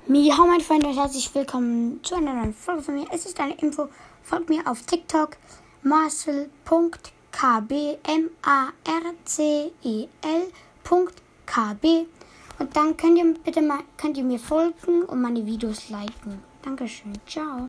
Miau, meine Freunde, und herzlich willkommen zu einer neuen Folge von mir. Es ist eine Info. Folgt mir auf TikTok marcel.kb marcel.kb und dann könnt ihr mir folgen und meine Videos liken. Dankeschön. Ciao.